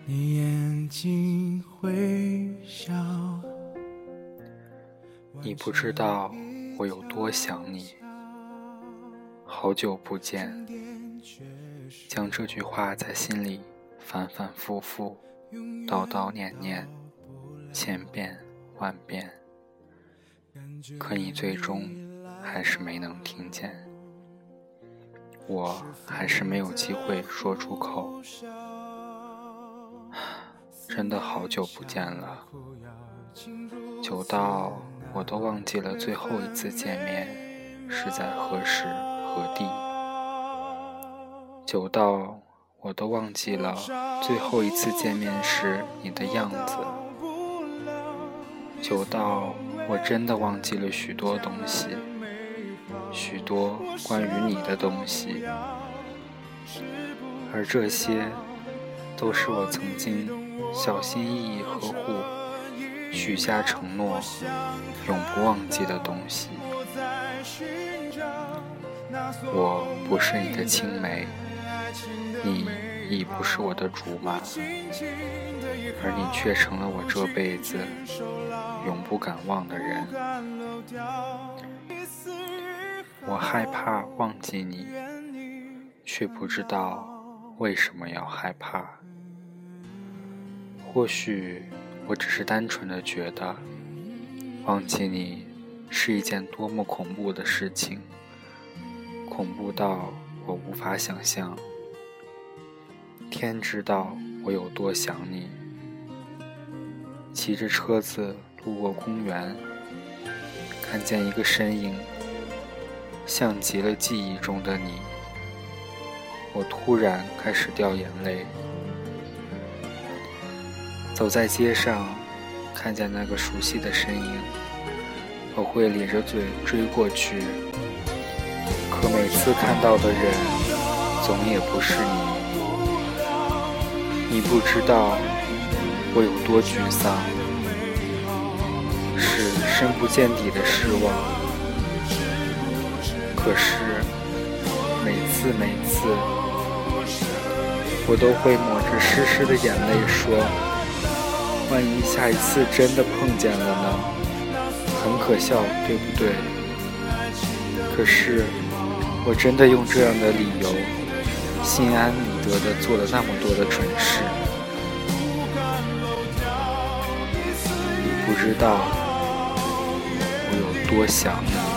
你眼睛会笑。 你不知道我有多想你，好久不见，将这句话在心里反反复复叨叨念念千遍万遍，可你最终还是没能听见，我还是没有机会说出口。真的好久不见了，久到我都忘记了最后一次见面是在何时何地，久到我都忘记了最后一次见面时你的样子，久到我真的忘记了许多东西，许多关于你的东西，而这些都是我曾经小心翼翼呵护许下承诺永不忘记的东西。我不是你的青梅，你已不是我的竹马，而你却成了我这辈子永不敢忘的人。我害怕忘记你，却不知道为什么要害怕。或许我只是单纯的觉得忘记你是一件多么恐怖的事情，恐怖到我无法想象。天知道我有多想你。骑着车子路过公园，看见一个身影，像极了记忆中的你，我突然开始掉眼泪。走在街上，看见那个熟悉的身影，我会咧着嘴追过去，可每次看到的人总也不是你。你不知道我有多沮丧，是深不见底的失望。可是每次我都会抹着湿湿的眼泪说，万一下一次真的碰见了呢？很可笑，对不对？可是我真的用这样的理由心安理得地做了那么多的蠢事。你不知道我有多想你。